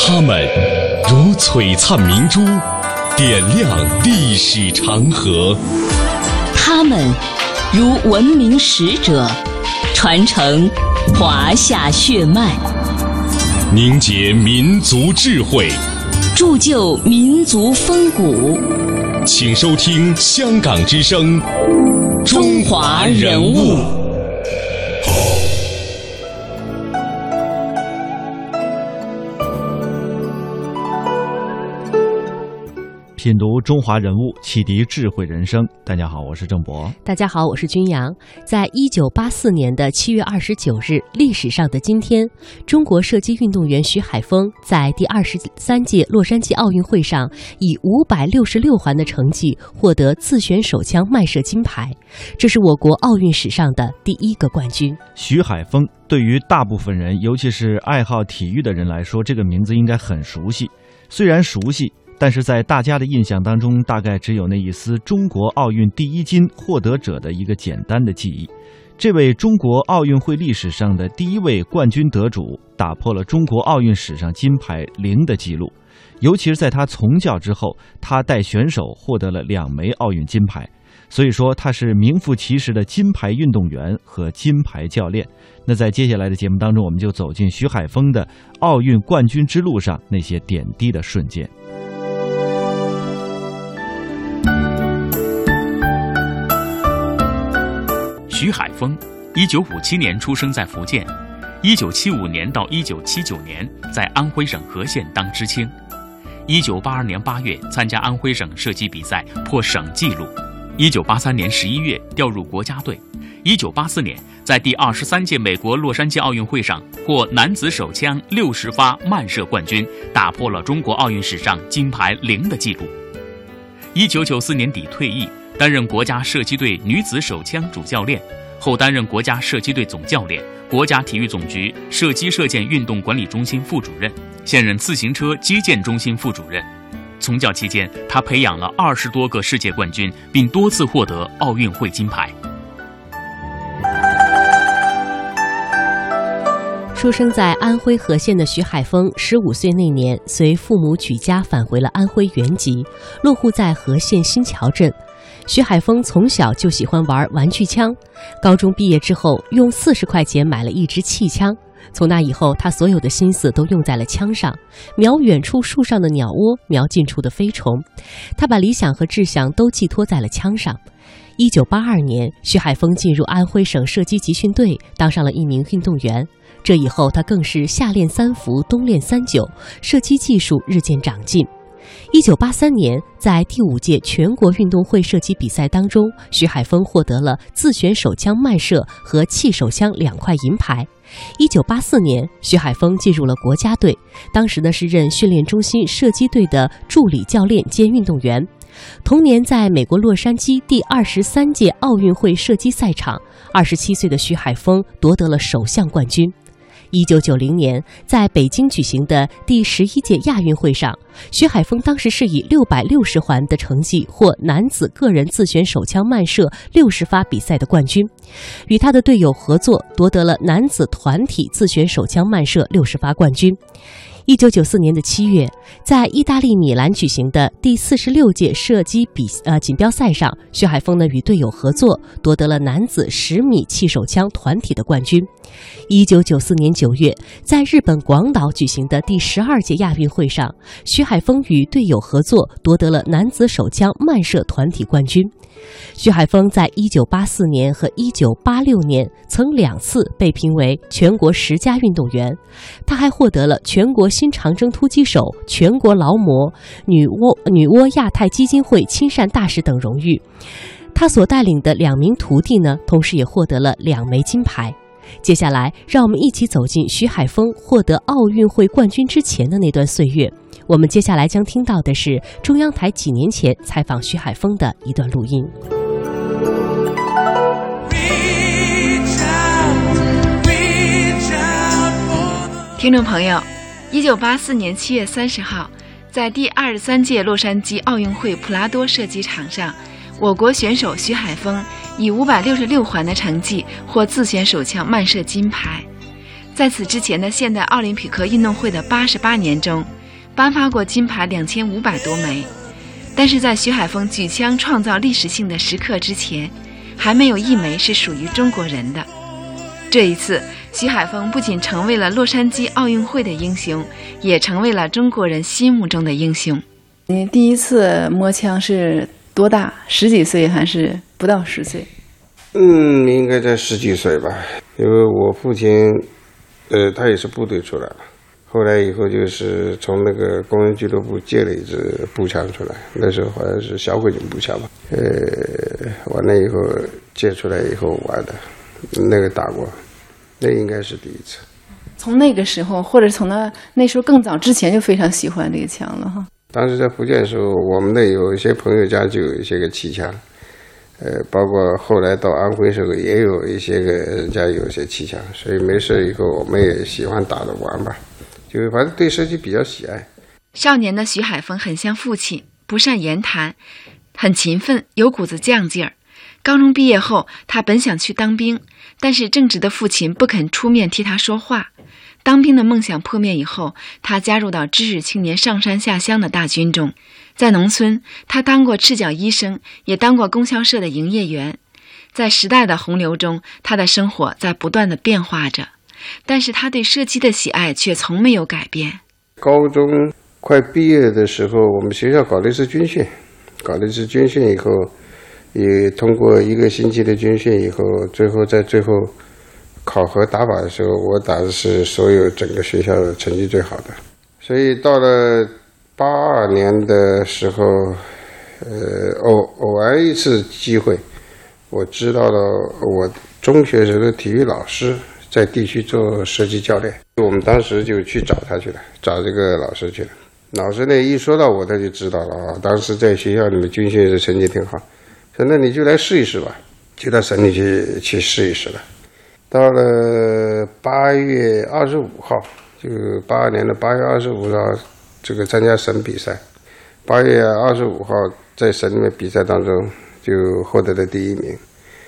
他们如璀璨明珠，点亮历史长河； 他们如文明使者，传承华夏血脉， 凝结民族智慧， 铸就民族风骨。 请收听香港之声《中华人物》。 品读中华人物，启迪智慧人生。大家好，我是郑博。 大家好，我是君阳。在1984年的7月29日，历史上的今天，中国射击运动员徐海峰在第23届洛杉矶奥运会上以566环的成绩获得自选手枪慢射金牌，这是我国奥运史上的第一个冠军。 徐海峰对于大部分人，尤其是爱好体育的人来说，这个名字应该很熟悉。虽然熟悉，但是在大家的印象当中，大概只有那一丝中国奥运第一金获得者的一个简单的记忆。这位中国奥运会历史上的第一位冠军得主，打破了中国奥运史上金牌0的记录。尤其是在他从教之后，他带选手获得了2枚奥运金牌，所以说他是名副其实的金牌运动员和金牌教练。那在接下来的节目当中，我们就走进徐海峰的奥运冠军之路上那些点滴的瞬间。 徐海峰1957年出生在福建，1975年到1979年在安徽省和县当知青。1982年8月参加安徽省射击比赛破省纪录，1983年11月调入国家队。1984年在第23届美国洛杉矶奥运会上获男子手枪60发慢射冠军，打破了中国奥运史上金牌0的纪录。1994年底退役，担任国家射击队女子手枪主教练，后担任国家射击队总教练、国家体育总局射击射箭运动管理中心副主任，现任自行车击剑中心副主任。从教期间，他培养了20多个世界冠军，并多次获得奥运会金牌。 出生在安徽和县的徐海峰，15岁那年随父母举家返回了安徽原籍，落户在和县新桥镇。徐海峰从小就喜欢玩玩具枪，高中毕业之后用40块钱买了一支气枪。从那以后，他所有的心思都用在了枪上，瞄远处树上的鸟窝，瞄近处的飞虫。他把理想和志向都寄托在了枪上。1982年，徐海峰进入安徽省射击集训队，当上了一名运动员。这以后，他更是夏练3伏，冬练3宿，射击技术日渐长进。1983年，在第5届全国运动会射击比赛当中，徐海峰获得了自选手枪慢射和气手枪2块银牌。1984年，徐海峰进入了国家队，当时呢是任训练中心射击队的助理教练兼运动员。同年，在美国洛杉矶第23届奥运会射击赛场，27岁的徐海峰夺得了首项冠军。1990年，在北京举行的第11届亚运会上，徐海峰当时是以660环的成绩获男子个人自选手枪慢射60发比赛的冠军，与他的队友合作夺得了男子团体自选手枪慢射60发冠军。1994年的7月，在意大利米兰举行的第46届射击锦标赛上，徐海峰呢与队友合作夺得了男子10米气手枪团体的冠军。1994年9月，在日本广岛举行的第12届亚运会上，徐海峰与队友合作夺得了男子手枪慢射团体冠军。徐海峰在1984年和1986年曾2次被评为全国10佳运动员，他还获得了全国新长征突击手、全国劳模、女娲亚太基金会亲善大使等荣誉。他所带领的2名徒弟呢，同时也获得了2枚金牌。接下来，让我们一起走进徐海峰获得奥运会冠军之前的那段岁月。我们接下来将听到的是中央台几年前采访徐海峰的一段录音。 听众朋友，1984年7月30号，在第23届洛杉矶奥运会普拉多射击场上，我国选手徐海峰以566环的成绩获自选手枪慢射金牌。在此之前的现代奥林匹克运动会的88年中， 颁发过金牌2500多枚。但是在徐海峰举枪创造历史性的时刻之前，还没有一枚是属于中国人的。这一次，徐海峰不仅成为了洛杉矶奥运会的英雄，也成为了中国人心目中的英雄。 你第一次摸枪是多大？10几岁还是不到10岁？ 应该在10几岁吧。因为我父亲，他也是部队出来了，后来以后就是从那个工人俱乐部借了一支步枪出来，那时候好像是小鬼警步枪吧。完了以后借出来以后玩的，那个打过，那应该是第一次。 从那个时候，或者从那时候更早之前就非常喜欢这个枪了哈。 当时在福建的时候，我们那有一些朋友家就有一些个气枪，包括后来到安徽时候也有一些个人家有一些气枪，所以没事以后我们也喜欢打着玩吧，就反正对射击比较喜爱。 少年的徐海峰很像父亲，不善言谈，很勤奋，有股子犟劲儿。高中毕业后，他本想去当兵，但是正直的父亲不肯出面替他说话。当兵的梦想破灭以后，他加入到知识青年上山下乡的大军中。在农村，他当过赤脚医生，也当过供销社的营业员。在时代的洪流中，他的生活在不断的变化着，但是他对射击的喜爱却从没有改变。 高中快毕业的时候，我们学校搞了一次军训，以后，也通过1个星期的军训以后，最后考核打靶的时候，我打的是所有整个学校的成绩最好的。所以到了82年的时候，偶然一次机会，我知道了我中学时的体育老师在地区做射击教练，我们当时就去找他去了，找这个老师去了。老师呢一说到我，他就知道了啊，当时在学校里面军训是成绩挺好，说那你就来试一试吧，就到省里去试一试了。到了8月25号，就82年的8月25号，这个参加省比赛。8月25号在省里面比赛当中就获得了第1名。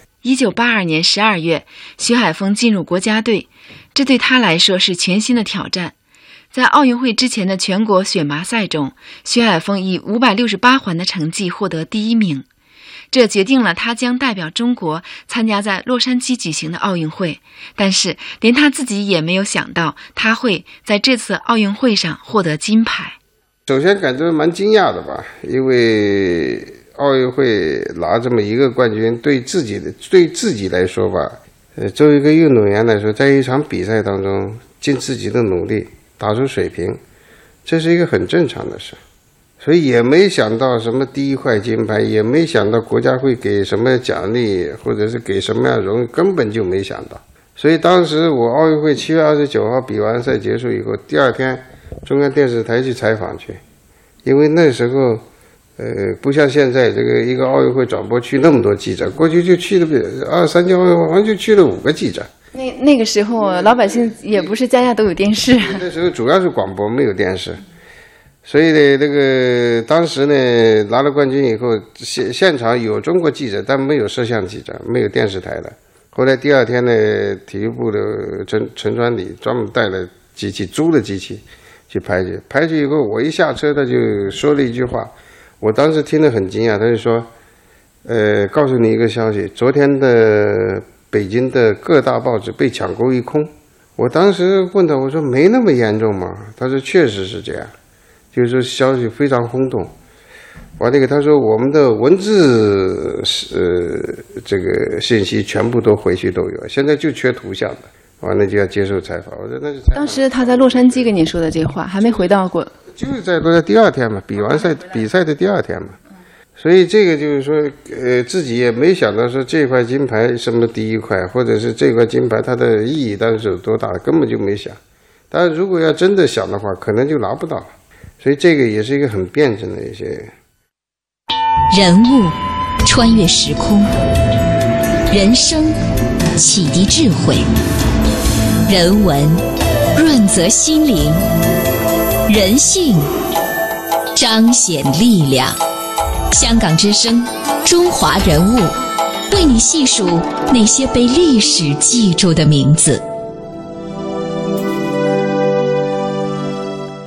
1982年12月，徐海峰进入国家队，这对他来说是全新的挑战。在奥运会之前的全国选拔赛中，徐海峰以568环的成绩获得第1名。这决定了他将代表中国参加在洛杉矶举行的奥运会，但是连他自己也没有想到他会在这次奥运会上获得金牌。 首先感觉蛮惊讶的吧，因为奥运会拿这么一个冠军，对自己来说吧，作为一个运动员来说，在一场比赛当中尽自己的努力打出水平，这是一个很正常的事。所以也没想到什么第1块金牌，也没想到国家会给什么奖励，或者是给什么样荣誉，根本就没想到。所以当时我奥运会7月29号比完赛结束以后，第2天中央电视台去采访去，因为那时候不像现在这个一个奥运会转播去那么多记者，过去就去了23届奥运会好像就去了5个记者。 那个时候老百姓也不是家家都有电视， 那时候主要是广播，没有电视。所以呢，那个当时呢拿了冠军以后，现场有中国记者，但没有摄像记者，没有电视台的。后来第2天呢，体育部的陈专理专门带了机器，租了机器去拍去。拍去以后，我一下车，他就说了一句话，我当时听得很惊讶。他就说，告诉你一个消息，昨天的北京的各大报纸被抢购一空。我当时问他，我说没那么严重吗？他说确实是这样。就是说消息非常轰动，完了他说我们的文字这个信息全部都回去都有，现在就缺图像的，完了就要接受采访。我说那是采访。 当时他在洛杉矶跟你说的这话，还没回到过， 就是在洛杉矶第2天嘛，比赛的第2天嘛，所以这个就是说自己也没想到说这块金牌什么第1块，或者是这块金牌它的意义当时有多大，根本就没想。当然如果要真的想的话，可能就拿不到了。所以这个也是一个很辩证的一些人物穿越时空，人生启迪智慧，人文润泽心灵，人性彰显力量。香港之声，中华人物，为你细数那些被历史记住的名字。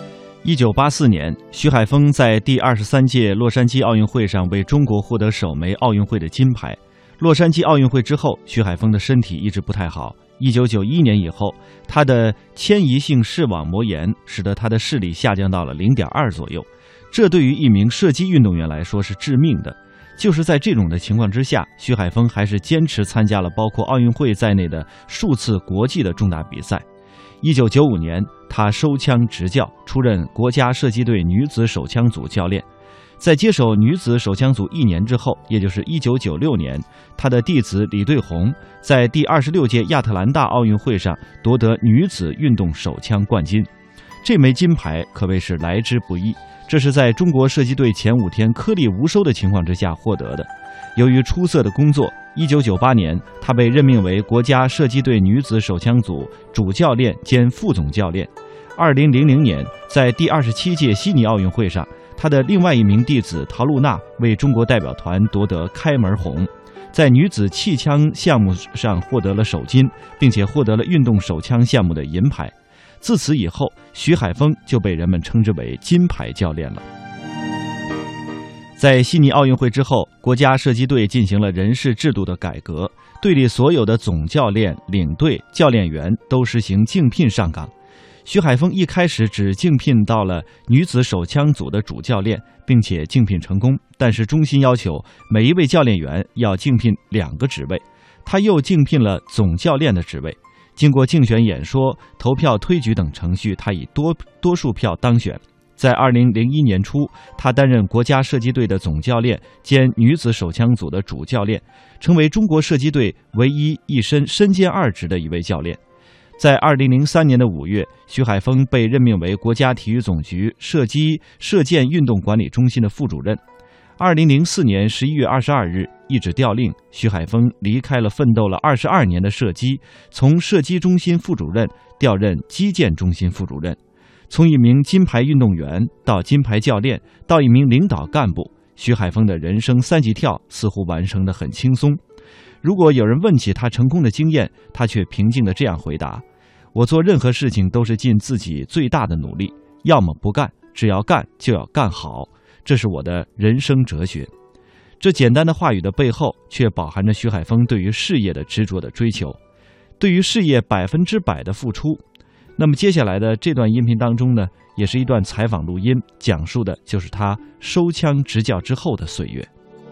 1984年，徐海峰在第23届洛杉矶奥运会上为中国获得首枚奥运会的金牌。洛杉矶奥运会之后，徐海峰的身体一直不太好。1991年以后，他的迁移性视网膜炎使得他的视力下降到了0.2左右，这对于一名射击运动员来说是致命的。就是在这种的情况之下，徐海峰还是坚持参加了包括奥运会在内的数次国际的重大比赛。1995年，他收枪执教，出任国家射击队女子手枪组教练。在接手女子手枪组1年之后，也就是1996年，他的弟子李对红在第26届亚特兰大奥运会上夺得女子运动手枪冠军。这枚金牌可谓是来之不易，这是在中国射击队前5天颗粒无收的情况之下获得的。由于出色的工作，1998年他被任命为国家射击队女子手枪组主教练兼副总教练。2000年，在第27届悉尼奥运会上，他的另外一名弟子陶露娜为中国代表团夺得开门红，在女子气枪项目上获得了首金，并且获得了运动手枪项目的银牌。自此以后，徐海峰就被人们称之为金牌教练了。在悉尼奥运会之后，国家射击队进行了人事制度的改革，队里所有的总教练、领队、教练员都实行竞聘上岗。徐海峰一开始只竞聘到了女子手枪组的主教练，并且竞聘成功，但是中心要求每一位教练员要竞聘2个职位，他又竞聘了总教练的职位。经过竞选演说、投票推举等程序，他以多数票当选。在2001年初，他担任国家射击队的总教练兼女子手枪组的主教练，成为中国射击队唯一一身兼2职的一位教练。在2003年的5月，徐海峰被任命为国家体育总局射箭运动管理中心的副主任。2004年11月22日，一纸调令，徐海峰离开了奋斗了22年的射击，从射击中心副主任调任击剑中心副主任。从一名金牌运动员到金牌教练，到一名领导干部，徐海峰的人生3级跳似乎完成得很轻松。如果有人问起他成功的经验，他却平静地这样回答：我做任何事情都是尽自己最大的努力，要么不干，只要干就要干好，这是我的人生哲学。这简单的话语的背后，却饱含着徐海峰对于事业的执着的追求，对于事业100%的付出。那么接下来的这段音频当中呢，也是一段采访录音，讲述的就是他收枪执教之后的岁月。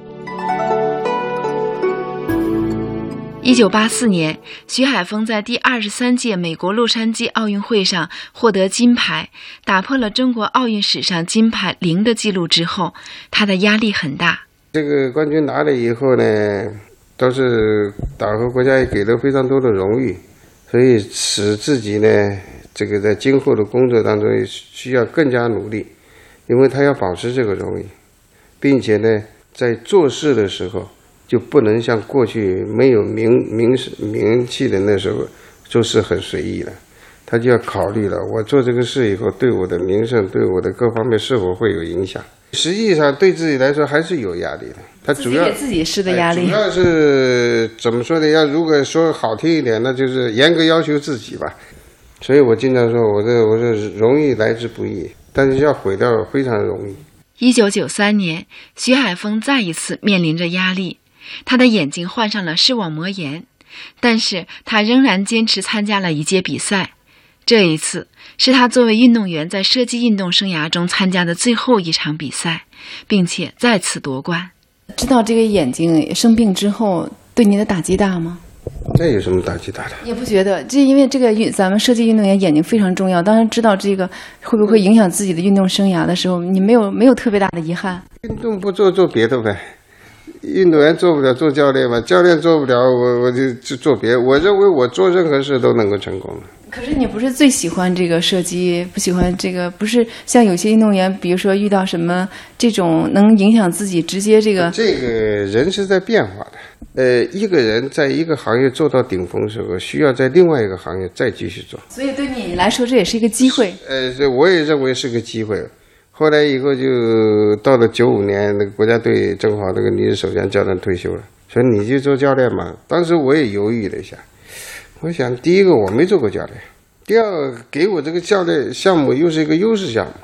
1984年，徐海峰在第23届美国洛杉矶奥运会上获得金牌，打破了中国奥运史上金牌0的记录之后，他的压力很大。 这个冠军拿了以后呢，都是党和国家也给了非常多的荣誉，所以使自己呢，这个在今后的工作当中需要更加努力，因为他要保持这个荣誉，并且呢，在做事的时候就不能像过去没有名气的那时候做事很随意了，他就要考虑了，我做这个事以后对我的名声、对我的各方面是否会有影响。实际上对自己来说还是有压力的，他主要给自己施的压力， 主要是怎么说呢？要如果说好听一点，那就是严格要求自己吧。所以我经常说，我这容易来之不易，但是要毁掉非常容易。 1993年，徐海峰再一次面临着压力，他的眼睛患上了视网膜炎，但是他仍然坚持参加了一届比赛。这一次是他作为运动员在射击运动生涯中参加的最后一场比赛，并且再次夺冠。 知道这个眼睛生病之后对您的打击大吗？ 这有什么打击大的？ 也不觉得，这因为这个咱们射击运动员眼睛非常重要。当然知道这个会不会影响自己的运动生涯的时候，你没有特别大的遗憾。 运动不做别的呗，运动员做不了做教练嘛，教练做不了我就做别的。我认为我做任何事都能够成功的。 可是你不是最喜欢这个射击，不喜欢这个，不是像有些运动员，比如说遇到什么这种能影响自己直接这个人是在变化的。一个人在一个行业做到顶峰的时候，需要在另外一个行业再继续做。 所以对你来说，这也是一个机会。 这我也认为是个机会。后来以后就到了95年，那个国家队正好那个女子手枪教练退休了，所以你就做教练嘛。当时我也犹豫了一下。我想，第一个我没做过教练，第二给我这个教练项目又是一个优势项目，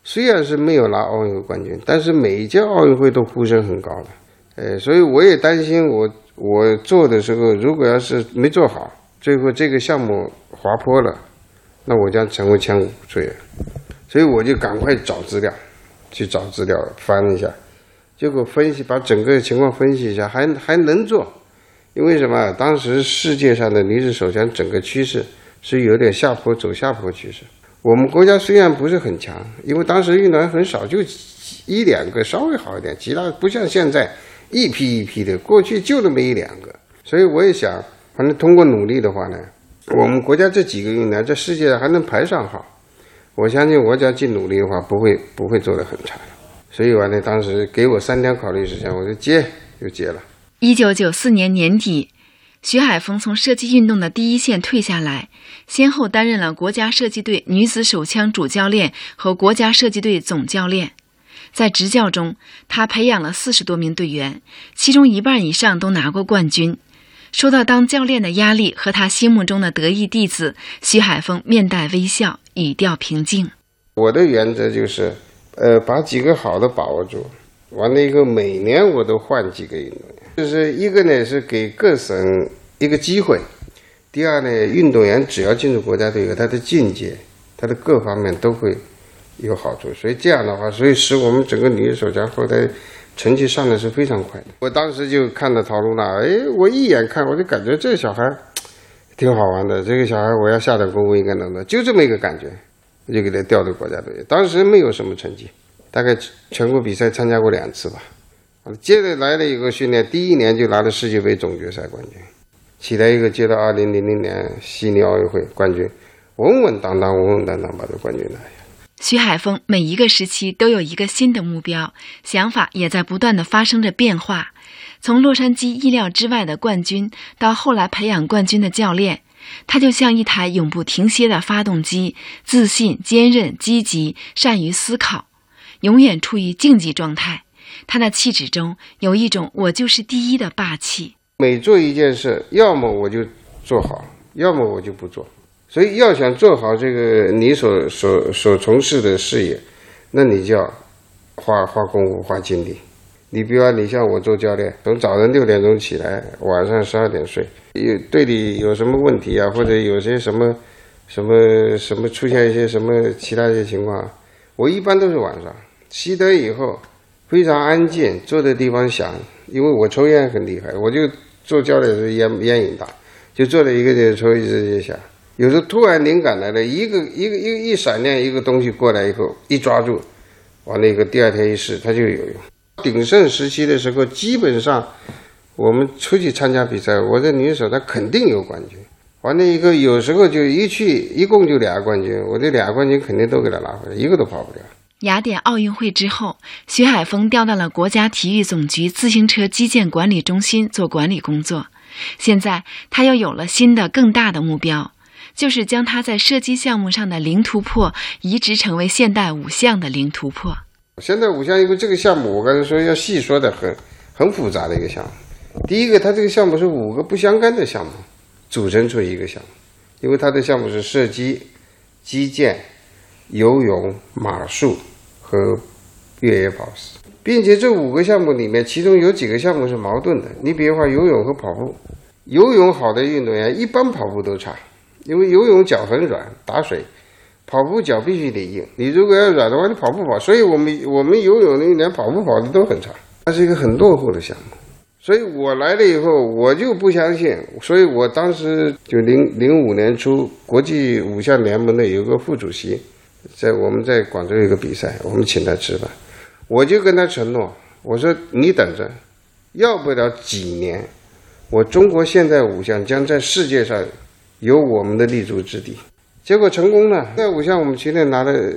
虽然是没有拿奥运会冠军，但是每一届奥运会都呼声很高的。所以我也担心我做的时候，如果要是没做好，最后这个项目滑坡了，那我将成为前无古罪人。所以我就赶快找资料翻一下，结果分析把整个情况分析一下，还能做。因为什么？当时世界上的女子手枪整个趋势是有点走下坡趋势。我们国家虽然不是很强，因为当时运动员很少，就一两个稍微好一点，其他不像现在一批一批的，过去就那么一两个。所以我也想，反正通过努力的话呢，我们国家这几个运动员在世界上还能排上号。我相信我只要尽努力的话，不会做得很差。所以完了，当时给我3天考虑时间，我就接了。 1994年年底，徐海峰从射击运动的第一线退下来，先后担任了国家射击队女子手枪主教练和国家射击队总教练。在执教中，他培养了40多名队员，其中1半以上都拿过冠军。受到当教练的压力和他心目中的得意弟子，徐海峰面带微笑，语调平静。 我的原则就是，把几个好的把握住，完了以后每年我都换几个运动员。就是一个呢是给各省一个机会，第二呢，运动员只要进入国家队后，他的境界，他的各方面都会有好处。所以这样的话，所以使我们整个女子手枪后来成绩上的是非常快的。我当时就看到陶露娜，我一眼看我就感觉这个小孩挺好玩的，这个小孩我要下点功夫应该能的，就这么一个感觉，我就给他调到国家队。当时没有什么成绩，大概全国比赛参加过2次吧。接着来了以后训练，第1年就拿了世界杯总决赛冠军，起来一个接到2000年悉尼奥运会冠军，稳稳当当把这冠军拿下。 徐海峰每一个时期都有一个新的目标，想法也在不断的发生着变化。从洛杉矶意料之外的冠军，到后来培养冠军的教练，他就像一台永不停歇的发动机，自信、坚韧、积极，善于思考，永远处于竞技状态。他的气质中有一种我就是第一的霸气。 每做一件事，要么我就做好，要么我就不做。所以要想做好这个你所从事的事业，那你就要花功夫花精力。你比如你像我做教练，从早上6点钟起来，晚上12点睡，队里有什么问题啊，或者有些什么出现一些什么其他一些情况，我一般都是晚上熄灯以后，非常安静，坐的地方响，因为我抽烟很厉害，我就做教练是烟瘾大，就坐了一个就抽一直响。有时候突然灵感来了，一闪亮一个东西过来以后，一抓住，完了一个第2天一试，它就有用。鼎盛时期的时候，基本上我们出去参加比赛，我在女手他肯定有冠军。完了一个有时候就一去一共就2冠军，我这2冠军肯定都给他拿回来，一个都跑不了。 雅典奥运会之后，徐海峰调到了国家体育总局自行车基建管理中心做管理工作。现在他又有了新的更大的目标，就是将他在射击项目上的零突破移植成为现代5项的零突破。 现在5项，因为这个项目我刚才说要细说的很复杂的一个项目。第一个，它这个项目是5个不相干的项目组成出一个项目，因为它的项目是射击、击剑、游泳、马术和越野跑，并且这5个项目里面，其中有几个项目是矛盾的。你比如说游泳和跑步，游泳好的运动员一般跑步都差，因为游泳脚很软，打水。跑步脚必须得硬，你如果要软的话，你跑不跑。所以我们游泳的运动员跑步跑的都很差，它是一个很落后的项目。所以我来了以后，我就不相信，所以我当时就05年初，国际5项联盟的有个副主席，我们在广州有个比赛，我们请他吃饭，我就跟他承诺，我说你等着，要不了几年，我中国现代5项将在世界上有我们的立足之地。结果成功了，在5项我们去年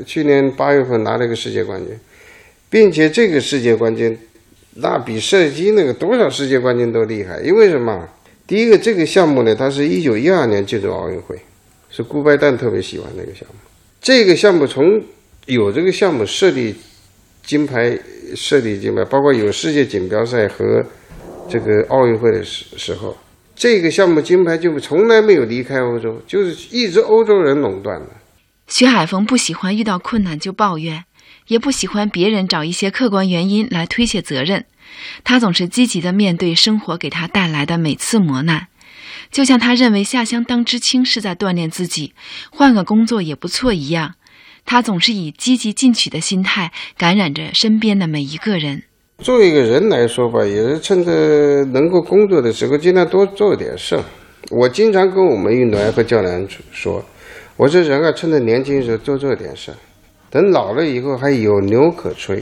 8月份拿了一个世界冠军，并且这个世界冠军那比射击那个多少世界冠军都厉害。因为什么？第一个，这个项目呢，它是1912年进入奥运会，是顾拜旦特别喜欢那个项目。这个项目从有这个项目设立金牌，包括有世界锦标赛和这个奥运会的时候，这个项目金牌就从来没有离开欧洲，就是一直欧洲人垄断的。 徐海峰不喜欢遇到困难就抱怨， 也不喜欢别人找一些客观原因来推卸责任。他总是积极地面对生活给他带来的每次磨难，就像他认为下乡当知青是在锻炼自己，换个工作也不错一样。他总是以积极进取的心态感染着身边的每一个人。 作为一个人来说吧，也是趁着能够工作的时候尽量多做点事。我经常跟我们运动员和教练说，我说人啊，趁着年轻的时候多做点事，等老了以后还有牛可吹。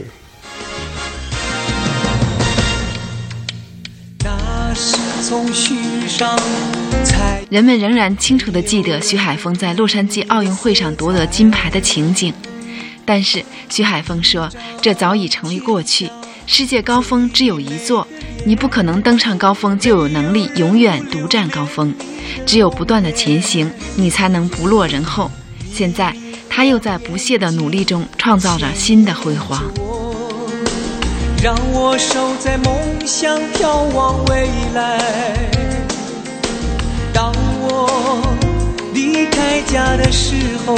人们仍然清楚地记得徐海峰在洛杉矶奥运会上夺得金牌的情景，但是徐海峰说，这早已成为过去。世界高峰只有一座，你不可能登上高峰就有能力永远独占高峰，只有不断的前行，你才能不落人后。现在他又在不懈的努力中创造着新的辉煌。 让我守在梦想，眺望未来。当我离开家的时候，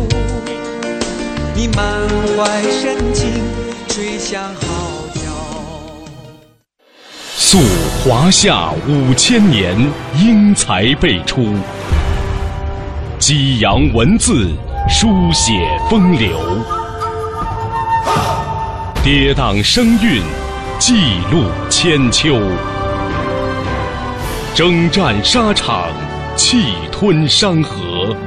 你满怀深情吹响号角。 溯华夏5000年，英才辈出，激扬文字，书写风流，跌宕声韵，记录千秋，征战沙场，气吞山河。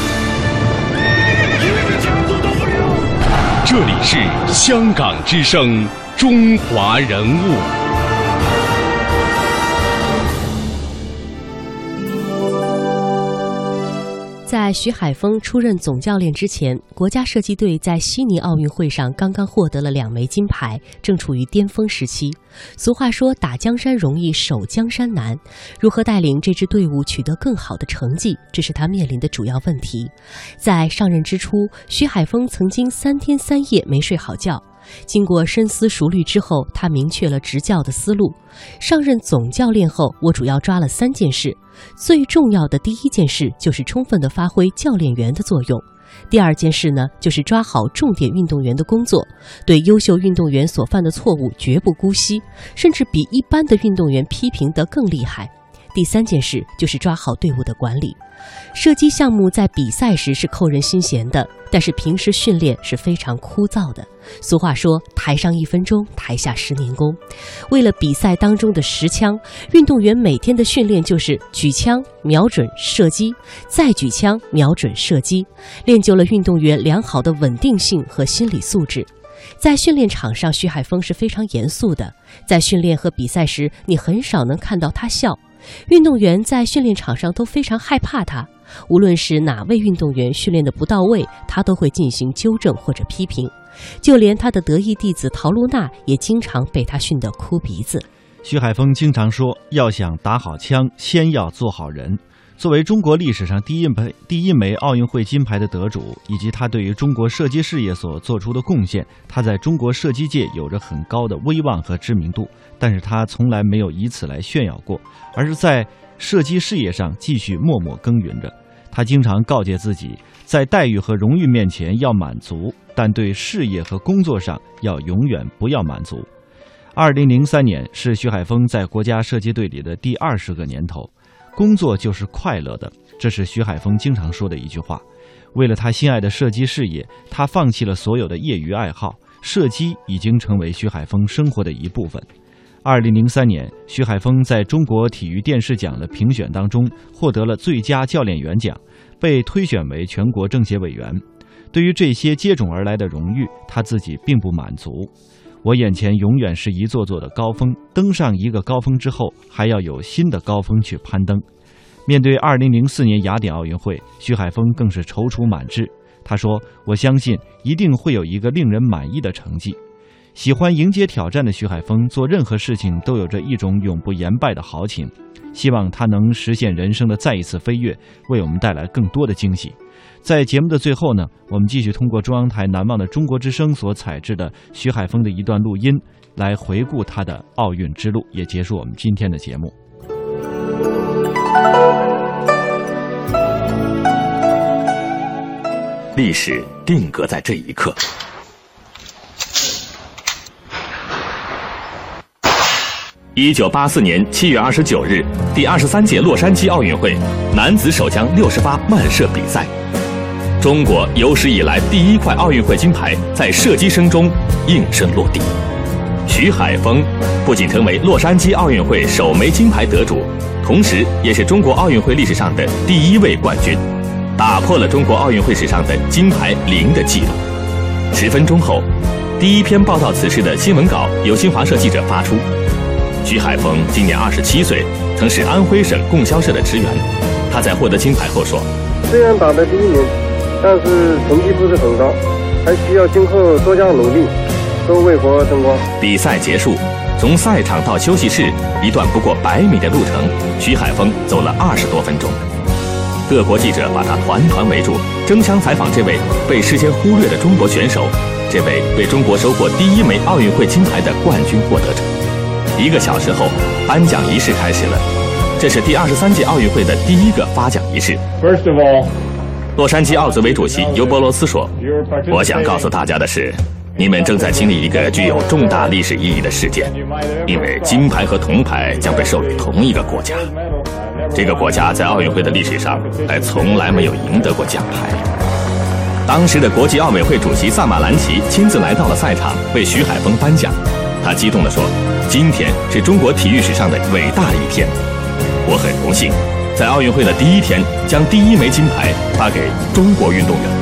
这里是香港之声，中华人物。 在徐海峰出任总教练之前，国家射击队在悉尼奥运会上刚刚获得了2枚金牌，正处于巅峰时期。俗话说，打江山容易守江山难，如何带领这支队伍取得更好的成绩，这是他面临的主要问题。在上任之初，徐海峰曾经3天3夜没睡好觉。经过深思熟虑之后，他明确了执教的思路。上任总教练后，我主要抓了3件事。最重要的第一件事就是充分地发挥教练员的作用。第二件事呢，就是抓好重点运动员的工作，对优秀运动员所犯的错误绝不姑息，甚至比一般的运动员批评得更厉害。第3件事就是抓好队伍的管理。射击项目在比赛时是扣人心弦的，但是平时训练是非常枯燥的。俗话说，台上1分钟，台下10年功。为了比赛当中的10枪，运动员每天的训练就是举枪、瞄准、射击，再举枪、瞄准、射击，练就了运动员良好的稳定性和心理素质。在训练场上，徐海峰是非常严肃的，在训练和比赛时，你很少能看到他笑。运动员在训练场上都非常害怕他，无论是哪位运动员训练得不到位，他都会进行纠正或者批评。就连他的得意弟子陶露娜也经常被他训得哭鼻子。 徐海峰经常说，要想打好枪，先要做好人。作为中国历史上第一枚奥运会金牌的得主，以及他对于中国射击事业所做出的贡献，他在中国射击界有着很高的威望和知名度。但是他从来没有以此来炫耀过，而是在射击事业上继续默默耕耘着。他经常告诫自己，在待遇和荣誉面前要满足，但对事业和工作上要永远不要满足。2003年是徐海峰在国家射击队里的第20个年头。工作就是快乐的，这是徐海峰经常说的一句话。为了他心爱的射击事业，他放弃了所有的业余爱好，射击已经成为徐海峰生活的一部分。2003年，徐海峰在中国体育电视奖的评选当中获得了最佳教练员奖，被推选为全国政协委员。对于这些接踵而来的荣誉，他自己并不满足。我眼前永远是一座座的高峰，登上一个高峰之后，还要有新的高峰去攀登。面对2004年雅典奥运会，徐海峰更是踌躇满志。他说，我相信一定会有一个令人满意的成绩。喜欢迎接挑战的徐海峰做任何事情都有着一种永不言败的豪情，希望他能实现人生的再一次飞跃，为我们带来更多的惊喜。在节目的最后呢，我们继续通过中央台难忘的中国之声所采制的徐海峰的一段录音，来回顾他的奥运之路，也结束我们今天的节目。 历史定格在这一刻， 1984年7月29日，第23届洛杉矶奥运会男子手枪60发慢射比赛，中国有史以来第1块奥运会金牌在射击声中应声落地。徐海峰不仅成为洛杉矶奥运会首枚金牌得主，同时也是中国奥运会历史上的第1位冠军，打破了中国奥运会史上的金牌0的记录。10分钟后，第一篇报道此事的新闻稿由新华社记者发出。徐海峰今年27岁，曾是安徽省供销社的职员。他在获得金牌后说：“ 虽然打得第1名，但是成绩不是很高，还需要今后多加努力，多为国争光。” 比赛结束，从赛场到休息室一段不过100米的路程，徐海峰走了20多分钟。各国记者把他团团围住，争相采访这位被事先忽略的中国选手，这位为中国收获第1枚奥运会金牌的冠军获得者。1个小时后，颁奖仪式开始了。这是第23届奥运会的第1个发奖仪式。洛杉矶奥组委主席尤伯罗斯说：“我想告诉大家的是，你们正在经历一个具有重大历史意义的事件，因为金牌和铜牌将被授予同一个国家。这个国家在奥运会的历史上还从来没有赢得过奖牌。”当时的国际奥委会主席萨马兰奇亲自来到了赛场，为徐海峰颁奖。他激动地说：“今天是中国体育史上的伟大一天，我很荣幸，在奥运会的第1天将第1枚金牌发给中国运动员。”